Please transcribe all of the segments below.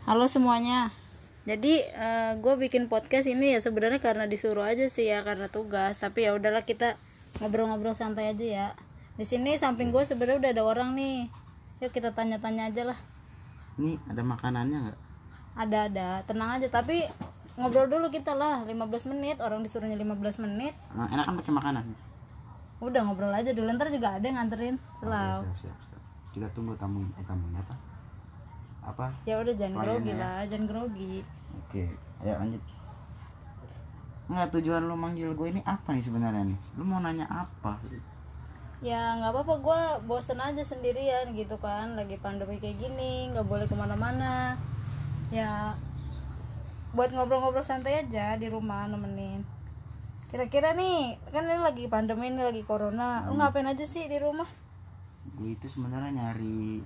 Halo semuanya. Jadi gue bikin podcast ini ya sebenarnya karena disuruh aja sih ya, karena tugas. Tapi ya udahlah, kita ngobrol-ngobrol santai aja ya. Di sini samping gue sebenarnya udah ada orang nih. Yuk kita tanya-tanya aja lah. Ini ada makanannya nggak? Ada. Tenang aja, tapi ngobrol dulu kita lah 15 menit. Orang disuruhnya 15 menit. Enak kan pakai makanan? Udah ngobrol aja dulu, ntar juga ada yang nganterin. Selalu. Siap. Kita tunggu tamunya apa? Apa? Ya udah, jangan grogi ya? lah, jangan grogi. Oke, ayo lanjut. Nggak, tujuan lu manggil gue ini apa nih sebenarnya nih? Lu mau nanya apa? Ya nggak apa-apa, gue bosen aja sendirian gitu kan, lagi pandemi kayak gini, nggak boleh kemana-mana. Ya buat ngobrol-ngobrol santai aja di rumah, nemenin. Kira-kira nih kan ini lagi pandemi, ini lagi corona, lu ngapain aja sih di rumah? Gue itu sebenarnya nyari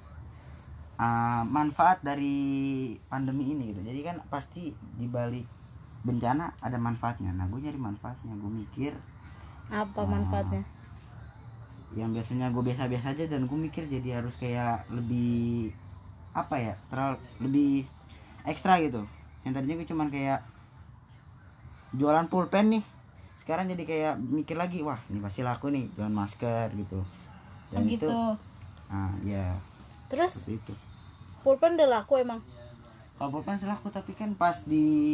manfaat dari pandemi ini gitu. Jadi kan pasti di balik bencana ada manfaatnya. Nah, gue nyari manfaatnya. Gue mikir Apa manfaatnya? yang biasanya gue biasa-biasa aja, dan gue mikir jadi harus kayak lebih apa ya, lebih ekstra gitu. Yang tadinya gue cuman kayak jualan pulpen nih, sekarang jadi kayak mikir lagi, wah ini pasti laku nih jualan masker gitu. Dan gitu. Ya Terus seperti itu. pulpen udah laku emang? Kalau pulpen sih laku, tapi kan pas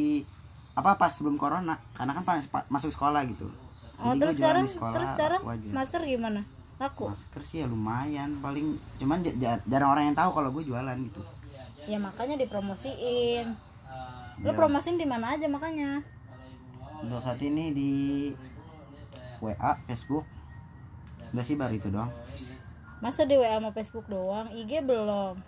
pas sebelum corona, karena kan masuk sekolah gitu. Oh, Jadi terus gua jualan sekarang di sekolah, masker gimana? Laku? masker sih ya lumayan, paling cuman jarang orang yang tahu kalau gue jualan gitu. Ya makanya dipromosiin. Lu Ya, promosiin di mana aja makanya? untuk saat ini di WA, Facebook, udah sih baru itu doang. Masa di WA sama Facebook doang? IG belum?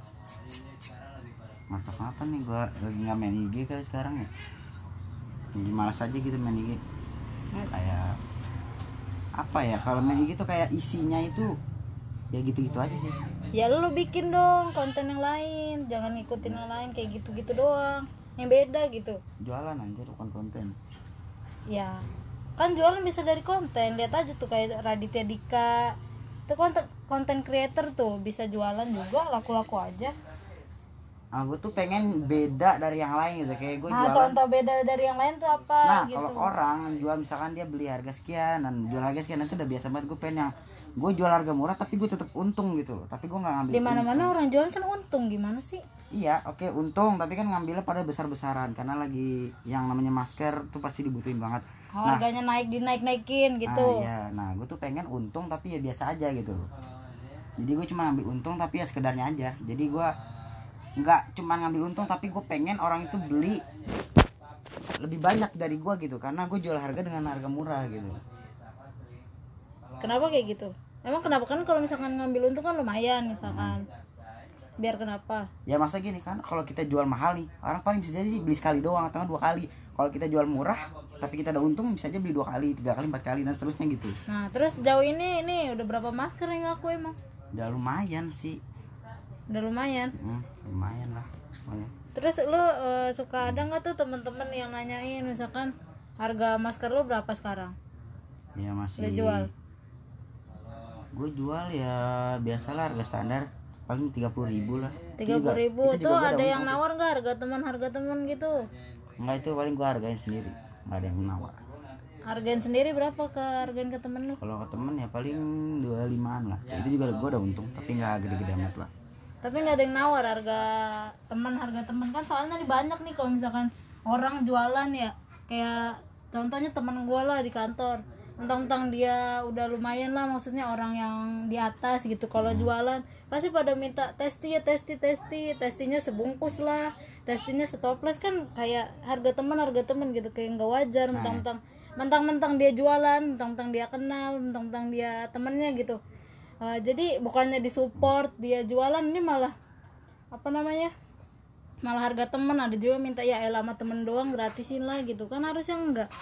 Mantap apa nih, gue lagi nggak main IG kali sekarang ya. Jadi malas aja gitu main IG. Kayak apa ya, kalau main IG tuh kayak isinya itu ya gitu-gitu aja sih. Ya lu bikin dong konten yang lain, jangan ngikutin yang lain kayak gitu-gitu doang, yang beda gitu. Jualan anjir, bukan konten. Ya kan jualan bisa dari konten, lihat aja tuh kayak Raditya Dika, itu konten creator tuh bisa jualan juga, laku-laku aja. Gue tuh pengen beda dari yang lain gitu, kayak gue Nah, jualan. contoh beda dari yang lain tuh apa? Nah, gitu. kalau orang jual, misalkan dia beli harga sekian dan jual harga sekian, itu udah biasa banget. Gue pengen yang gue jual harga murah tapi gue tetap untung gitu. Tapi gue nggak ngambil. Di mana-mana orang jualan kan untung, gimana sih? Iya, oke, untung, tapi kan ngambilnya pada besar-besaran karena lagi yang namanya masker tuh pasti dibutuhin banget. Harganya naik-naikin gitu. Iya. Nah, gue tuh pengen untung tapi ya biasa aja gitu. Jadi gue cuma ngambil untung tapi ya sekedarnya aja. Jadi gue nggak cuma ngambil untung, tapi gue pengen orang itu beli lebih banyak dari gue gitu, karena gue jual harga dengan harga murah gitu. Kenapa kayak gitu? Emang kenapa? Kan kalau misalkan ngambil untung kan lumayan misalkan. Biar kenapa? Ya masa gini kan, kalau kita jual mahal nih, orang paling bisa jadi sih beli sekali doang atau 2 kali. Kalau kita jual murah tapi kita ada untung, bisa aja beli 2 kali, 3 kali, 4 kali dan seterusnya gitu. Nah, terus jauh ini udah berapa masker yang laku emang? Udah lumayan sih. Udah lumayan. Lumayan lah pokoknya. Terus lu suka ada nggak tuh temen-temen yang nanyain misalkan harga masker lu berapa sekarang? Ya masih. Udah jual? Gue jual ya biasalah harga standar, paling 30.000 lah. 30.000 tuh ada yang nawar nggak harga teman gitu? Enggak, itu paling gue hargain sendiri, nggak ada yang nawar. Hargain sendiri berapa hargain ke temen lu? Kalau ke temen ya paling 25-an lah. Itu juga gue udah untung, tapi nggak gede-gede amat lah. Tapi nggak ada yang nawar harga teman kan, soalnya banyak nih kalau misalkan orang jualan ya, kayak contohnya teman gue lah di kantor, mentang-mentang dia udah lumayan lah, maksudnya orang yang di atas gitu, kalau jualan pasti pada minta testinya sebungkus lah, testinya setoples, kan kayak harga teman gitu, kayak nggak wajar. Mentang-mentang dia jualan, mentang-mentang dia kenal, mentang-mentang dia temennya gitu. Jadi bukannya disupport dia jualan, ini malah malah harga temen. Ada juga minta ya elah sama temen doang gratisin lah gitu, kan harusnya enggak.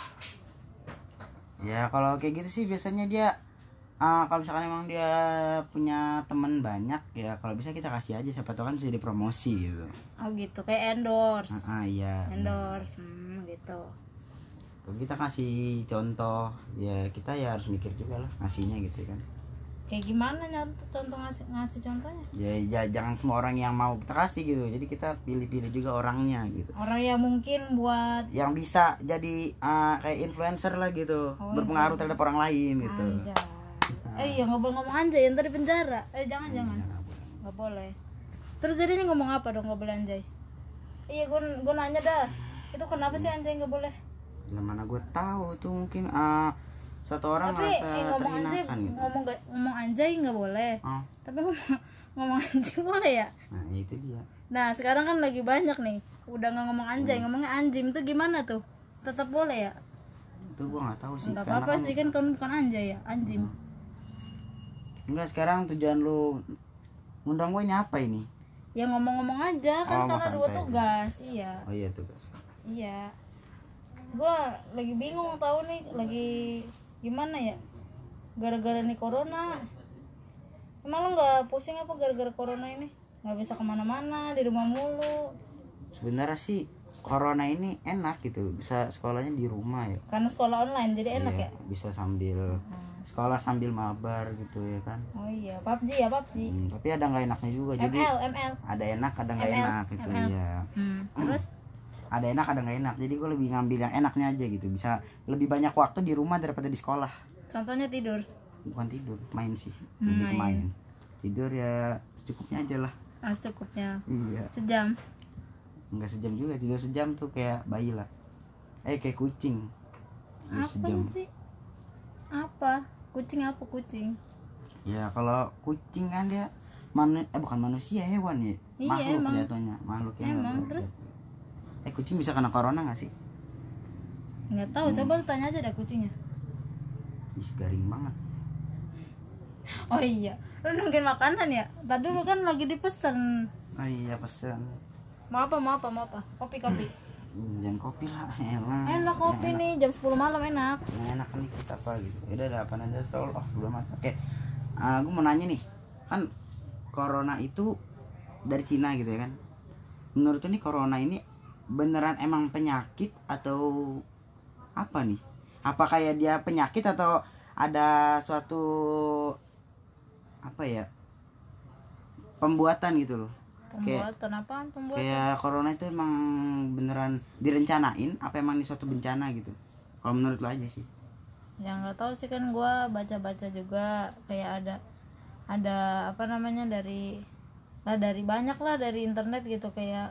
Ya kalau kayak gitu sih biasanya dia kalau misalkan emang dia punya teman banyak, ya kalau bisa kita kasih aja, siapa tahu kan bisa dipromosi gitu. Oh gitu, kayak endorse. Iya. Endorse, gitu. Kalau kita kasih contoh, ya kita ya harus mikir juga lah ngasihnya gitu kan. Kayak gimana contoh ngasih contohnya? Ya jangan semua orang yang mau kita kasih gitu, jadi kita pilih-pilih juga orangnya gitu, Orang yang mungkin buat yang bisa jadi kayak influencer lah gitu, berpengaruh terhadap orang lain gitu. Anjay. Iya nggak boleh ngomong anjay, yang tadi penjara. Jangan. Nggak boleh. Terus jadinya ngomong apa dong nggak boleh anjay? Iya gue nanya dah, itu kenapa sih anjay nggak boleh? Lah mana gue tahu itu mungkin satu orang Tapi merasa ngomong anjay, terhinakan gitu. ngomong anjay nggak boleh. Tapi ngomong anjing boleh ya? Nah itu dia. Nah sekarang kan lagi banyak nih, udah nggak ngomong anjay, ngomongnya anjim tuh gimana tuh? Tetap boleh ya? Itu gue nggak tahu sih. Nggak apa-apa sih kan kamu bukan anjay ya, anjim. Enggak, sekarang tujuan lu ngundang gue ini apa ini? Ya ngomong-ngomong aja kan karena dua santai. tugas, iya. Oh iya tugas. Iya. Gua lagi bingung tahu nih, lagi gimana ya? Gara-gara nih corona. Emang lo nggak pusing apa gara-gara corona ini? Nggak bisa kemana-mana, di rumah mulu. Sebenarnya sih corona ini enak gitu, bisa sekolahnya di rumah ya. Karena sekolah online jadi enak ya? Bisa sambil sekolah sambil mabar gitu ya kan. Oh iya, PUBG ya PUBG. Tapi ada nggak enaknya juga, jadi ML. ada enak ada nggak enak gitu ya. Terus? Ada enak ada nggak enak, jadi gue lebih ngambil yang enaknya aja gitu, bisa lebih banyak waktu di rumah daripada di sekolah. Contohnya tidur. Bukan tidur, main sih, lebih ke main. Tidur ya secukupnya aja lah. Secukupnya. Iya. Sejam. Enggak sejam juga, tidur sejam tuh kayak bayi lah. Kayak kucing. Apa sih? Apa? Kucing apa kucing? Ya kalau kucing kan dia bukan manusia, hewan ya. Iya, makhluk emang. jatuhnya, makhluk yang Emang terus? Kucing bisa kena corona nggak sih? Nggak tahu, coba lu tanya aja deh kucingnya. Ih, garing banget. Oh iya, lu nungguin makanan ya? Tadi lu kan lagi dipesen. Oh iya pesen. Mau apa? Kopi. Jangan kopi lah, enak. Enak kopi nih, jam 10 malam enak. Enak nih kita apa gitu. Udah ada apa aja soal belum mati. Oke. Gue mau nanya nih. Kan corona itu dari Cina gitu ya kan. Menurut lu nih corona ini beneran emang penyakit atau apa nih? Apa kayak dia penyakit atau ada suatu apa ya? Pembuatan gitu loh. Pembuatan apaan pembuatan? Kayak corona itu emang beneran direncanain apa emang ini suatu bencana gitu? Kalau menurut lo aja sih. Ya nggak tahu sih, kan gue baca juga kayak ada apa namanya dari banyak lah dari internet gitu, kayak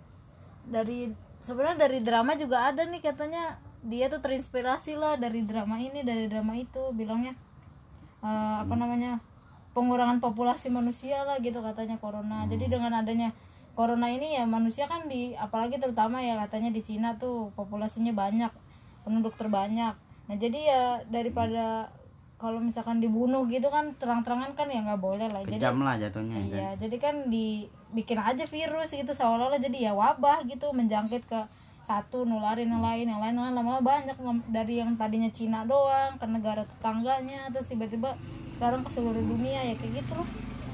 sebenarnya dari drama juga ada nih, katanya dia tuh terinspirasi lah dari drama ini dari drama itu, bilangnya apa namanya, pengurangan populasi manusia lah gitu katanya corona. Jadi dengan adanya corona ini ya manusia kan apalagi terutama ya katanya di Cina tuh populasinya banyak, penduduk terbanyak. Nah jadi ya daripada kalau misalkan dibunuh gitu kan terang-terangan kan ya nggak boleh lah. Kejam lah jatuhnya. Iya, kan? Jadi kan dibikin aja virus gitu seolah-olah jadi ya wabah gitu, menjangkit ke satu nularin yang lain lama-lama banyak, dari yang tadinya Cina doang ke negara tetangganya, terus tiba-tiba sekarang ke seluruh dunia ya kayak gitu loh.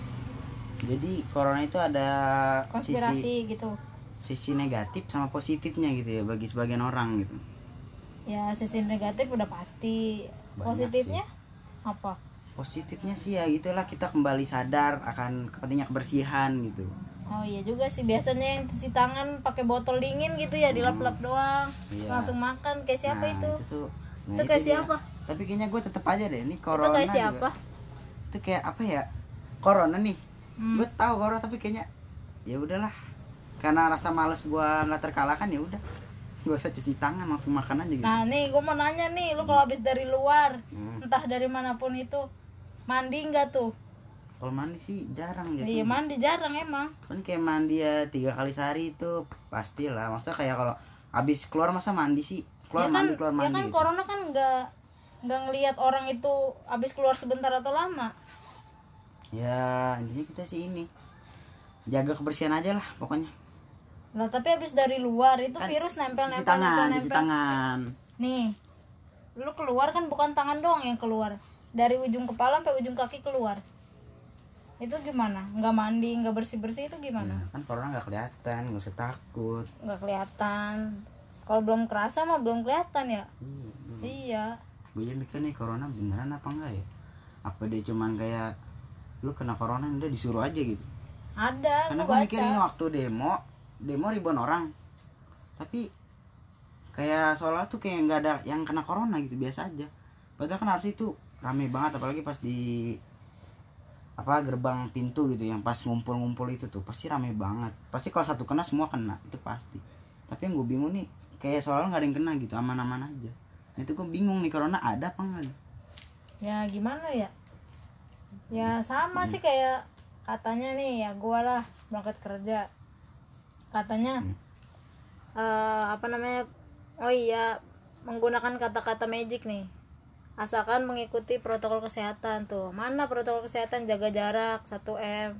Jadi corona itu ada Konspirasi gitu. Sisi negatif sama positifnya gitu ya bagi sebagian orang gitu. Ya sisi negatif udah pasti. Banyak positifnya sih. Apa? Positifnya sih ya gitulah, kita kembali sadar akan pentingnya kebersihan gitu. Oh iya juga sih, biasanya yang cuci tangan pakai botol dingin gitu ya, dilap-lap doang, langsung makan. Kayak siapa itu? Itu kayak siapa? Tapi kayaknya gue tetap aja deh, ini corona. Itu kayak siapa? Itu kayak apa ya? Corona nih. Gue tahu corona tapi kayaknya ya udahlah. Karena rasa males gue nggak terkalahkan, ya udah. Gak usah cuci tangan, langsung makan aja gitu. Nah nih gue mau nanya nih, lu kalau habis dari luar, entah dari manapun itu, mandi nggak tuh? Kalau mandi sih jarang gitu. Iya mandi jarang emang. Kan kayak mandi ya 3 kali sehari itu pastilah. Maksudnya kayak kalau habis keluar masa mandi sih? Keluar mandi. Ya kan gitu. Corona kan nggak ngelihat orang itu habis keluar sebentar atau lama. Ya intinya kita sih ini jaga kebersihan aja lah pokoknya. Nah tapi habis dari luar itu kan virus nempel. Cuci tangan. Nih, lu keluar kan bukan tangan doang yang keluar, dari ujung kepala sampai ujung kaki keluar. Itu gimana? Nggak mandi, nggak bersih itu gimana? Ya, kan corona nggak kelihatan, nggak usah takut. Nggak kelihatan. Kalau belum kerasa mah belum kelihatan ya. Iya. Gue jadi mikir nih corona beneran apa enggak ya? Apa dia cuman kayak lu kena corona udah disuruh aja gitu. Ada, Karena gua gue mikir ini baca. waktu demo ribuan orang, tapi kayak seolah tuh kayak nggak ada yang kena corona gitu, biasa aja. Padahal kan harus itu rame banget, apalagi pas di apa gerbang pintu gitu, yang pas ngumpul-ngumpul itu tuh pasti rame banget. Pasti kalau satu kena semua kena, itu pasti. Tapi yang gue bingung nih, kayak seolah nggak ada yang kena gitu, aman-aman aja. Nah, itu gue bingung nih, corona ada apa enggak? Ya gimana ya, ya sama sih kayak katanya nih ya, gua lah berangkat kerja katanya apa namanya, oh iya, menggunakan kata-kata magic nih, asalkan mengikuti protokol kesehatan. Tuh mana protokol kesehatan, jaga jarak 1 m,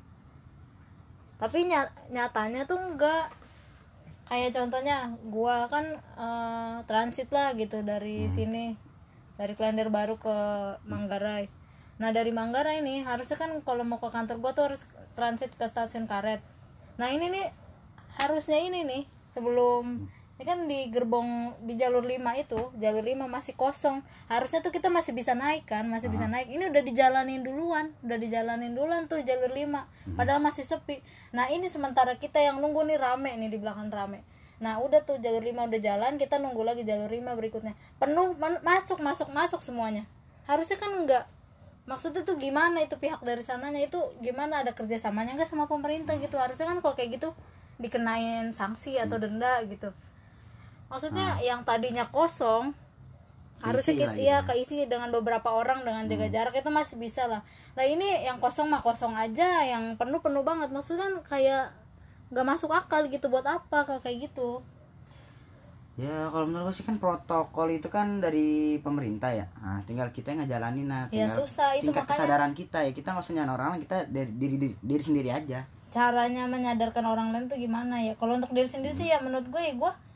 tapi nyatanya tuh enggak. Kayak contohnya gua kan transit lah gitu dari sini, dari Klender Baru ke Manggarai. Nah dari Manggarai nih harusnya kan kalau mau ke kantor gua tuh harus transit ke stasiun Karet. Nah ini nih harusnya ini nih sebelum ini kan di gerbong di jalur 5 itu, jalur 5 masih kosong. Harusnya tuh kita masih bisa naik kan, masih bisa naik. Ini udah dijalanin duluan tuh jalur 5. Padahal masih sepi. Nah, ini sementara kita yang nunggu nih rame nih, di belakang rame. Nah, udah tuh jalur 5 udah jalan, kita nunggu lagi jalur 5 berikutnya. Penuh, masuk semuanya. Harusnya kan enggak. Maksudnya tuh gimana itu pihak dari sananya itu gimana, ada kerjasamanya enggak sama pemerintah gitu. Harusnya kan kalau kayak gitu dikenain sanksi atau denda gitu. Maksudnya yang tadinya kosong harusnya Keisi kita lah ya gitu. keisi dengan beberapa orang dengan jaga jarak, itu masih bisa lah. Nah ini yang kosong mah kosong aja, yang penuh banget. Maksudnya kan kayak nggak masuk akal gitu, buat apa kalau kayak gitu. Ya kalau menurut gue sih kan protokol itu kan dari pemerintah ya. Nah, tinggal kita yang ngejalanin, nah Ya tinggal susah itu, tingkat makanya kesadaran kita ya. Kita nggak usah nyalain orang lain, kita dari diri sendiri aja. caranya menyadarkan orang lain tuh gimana ya. Kalau untuk diri sendiri sih ya menurut gue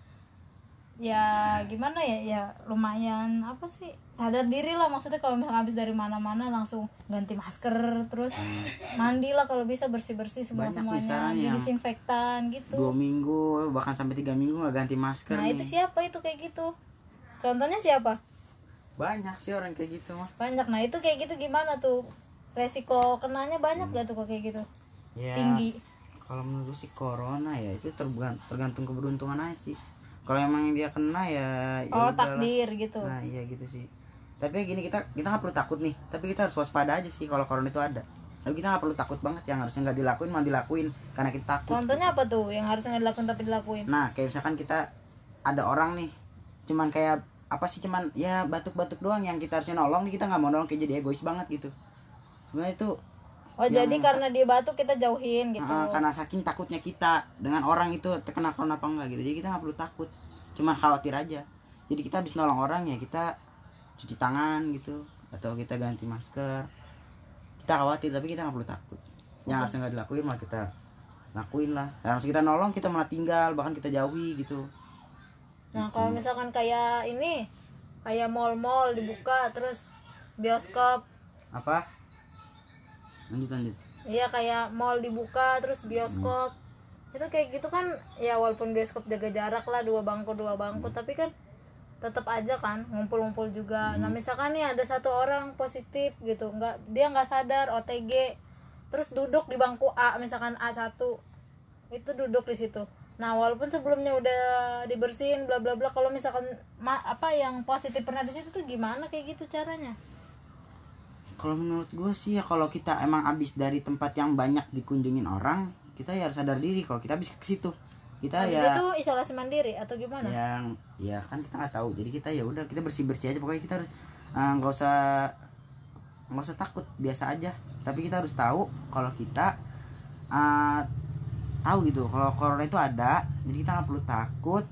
ya gimana ya, ya lumayan apa sih, sadar diri lah. Maksudnya kalau misalnya habis dari mana-mana langsung ganti masker, terus mandi lah kalau bisa, bersih-bersih Banyak nih semuanya, sekarang yang didisinfektan gitu. 2 minggu bahkan sampai 3 minggu nggak ganti masker Nah nih. itu siapa itu kayak gitu, contohnya siapa? Banyak sih orang kayak gitu mah. Banyak. Nah itu kayak gitu gimana tuh, resiko kenanya banyak gak tuh kalau kayak gitu? Ya Tinggi. kalau menurut gue sih corona ya itu tergantung keberuntungan aja sih. Kalau emang dia kena ya Oh udahlah. takdir gitu. Nah iya gitu sih. Tapi gini, kita nggak perlu takut nih, tapi kita harus waspada aja sih kalau corona itu ada. Tapi kita nggak perlu takut banget, yang harusnya nggak dilakuin malah dilakuin karena kita takut. Contohnya apa tuh yang harusnya nggak dilakuin tapi dilakuin? Nah kayak misalkan kita ada orang nih cuman kayak apa sih, cuman ya batuk-batuk doang, yang kita harusnya nolong nih kita nggak mau nolong, kayak jadi egois banget gitu sebenarnya itu. Oh Yang jadi karena dia batuk kita jauhin gitu. karena saking takutnya kita dengan orang itu terkena corona apa enggak gitu, jadi kita nggak perlu takut, cuman khawatir aja. Jadi kita habis nolong orang ya kita cuci tangan gitu, atau kita ganti masker. Kita khawatir tapi kita nggak perlu takut. Yang harusnya nggak dilakuin malah kita lakuin lah. Yang harus kita nolong kita malah tinggal, bahkan kita jauhi gitu. Nah kalau misalkan kayak ini, kayak mall-mall dibuka, terus bioskop, Apa? Lanjut. iya kayak mall dibuka terus bioskop, itu kayak gitu kan ya, walaupun bioskop jaga jarak lah, 2 bangku tapi kan tetap aja kan ngumpul-ngumpul juga. Nah misalkan nih ada 1 orang positif gitu, dia nggak sadar OTG, terus duduk di bangku A, misalkan A1 itu duduk di situ. Nah walaupun sebelumnya udah dibersihin bla bla bla, kalau misalkan apa yang positif pernah di situ tuh gimana kayak gitu caranya? Kalau menurut gue sih ya, kalau kita emang abis dari tempat yang banyak dikunjungin orang, kita ya harus sadar diri kalau kita habis ke situ. Kita Habis ya itu isolasi mandiri atau gimana? yang ya kan kita nggak tahu. Jadi kita ya udah, kita bersih-bersih aja pokoknya. Kita harus nggak usah takut, biasa aja. Tapi kita harus tahu kalau kita tahu gitu kalau corona itu ada. Jadi kita nggak perlu takut.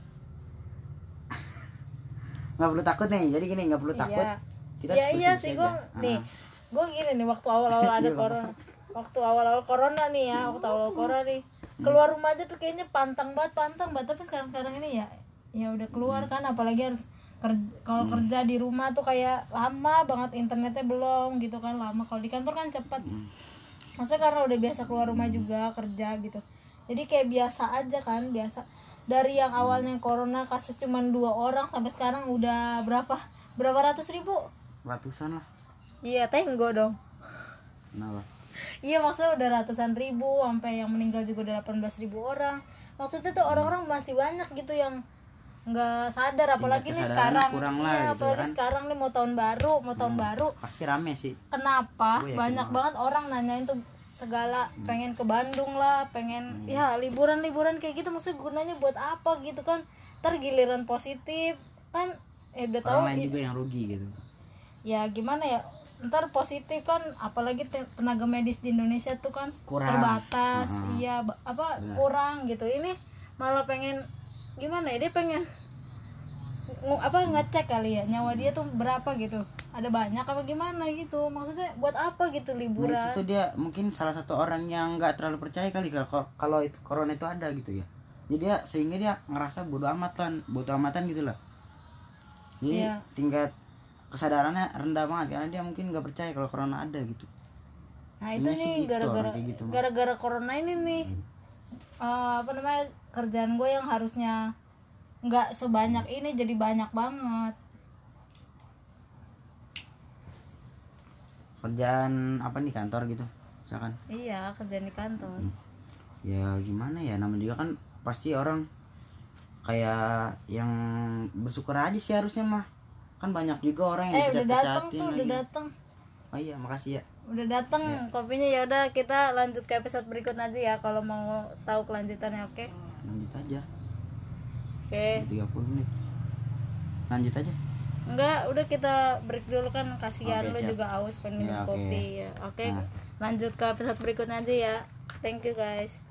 Nggak perlu takut nih. Jadi gini, nggak perlu takut. Iya. Kita Ya harus iya bersih-bersih sih, gue aja. nih, gue gini nih, waktu awal-awal ada corona, nih ya, waktu awal corona nih, keluar rumah aja tuh kayaknya pantang banget. Tapi sekarang ini ya udah keluar kan, apalagi harus kalau kerja di rumah tuh kayak lama banget, internetnya belum gitu kan, lama. Kalau di kantor kan cepet. Maksudnya karena udah biasa keluar rumah juga kerja gitu, jadi kayak biasa aja kan, biasa. Dari yang awalnya corona kasus cuma 2 orang sampai sekarang udah berapa ratus ribu, Ratusan lah. Iya, tenggo dong. Kenapa? Iya, maksudnya udah ratusan ribu, sampai yang meninggal juga udah 18.000 orang. Maksudnya tuh orang-orang masih banyak gitu yang nggak sadar, apalagi nih kesadarannya sekarang. kurang lah Iya, gitu apalagi kan. sekarang nih mau tahun baru. Pasti rame sih. Kenapa Gue yakin banyak banget orang nanyain tuh segala, pengen ke Bandung lah, pengen ya liburan kayak gitu, maksudnya gunanya buat apa gitu kan. Ntar giliran positif kan udah tahu Orang lain juga yang rugi gitu. ya gimana ya, ntar positif kan, apalagi tenaga medis di Indonesia tuh kan Kurang. terbatas. Iya, kurang gitu. Ini malah pengen gimana ya, dia pengen ngecek kali ya nyawa dia tuh berapa gitu, ada banyak apa gimana gitu, maksudnya buat apa gitu Nah liburan. itu tuh dia mungkin salah satu orang yang nggak terlalu percaya kali kalau corona itu ada gitu ya. Jadi dia sehingga dia ngerasa bodo amatan gitu lah. Jadi Iya. tingkat kesadarannya rendah banget karena dia mungkin nggak percaya kalau corona ada gitu. Nah itu Ini sih nih gitu, gara-gara orang kayak gitu mah. gara-gara corona ini nih apa namanya, kerjaan gue yang harusnya nggak sebanyak ini jadi banyak banget. Kerjaan apa nih, kantor gitu misalkan. Iya, kerjaan di kantor. Ya gimana ya, namanya juga kan pasti orang kayak yang bersyukur aja sih harusnya mah. Kan banyak juga orang yang Udah datang dipecat-pecatin tuh, lagi. udah datang. Oh iya, makasih ya. Udah datang kopinya. Ya udah, kita lanjut ke episode berikut aja ya kalau mau tahu kelanjutannya. Oke. Lanjut aja. Oke. 30 menit. Lanjut aja. Enggak, udah kita break dulu kan, kasihan Oke, lu siap. juga aus pengen minum Ya, oke. kopi ya. Oke. Nah. Lanjut ke episode berikutnya aja ya. Thank you guys.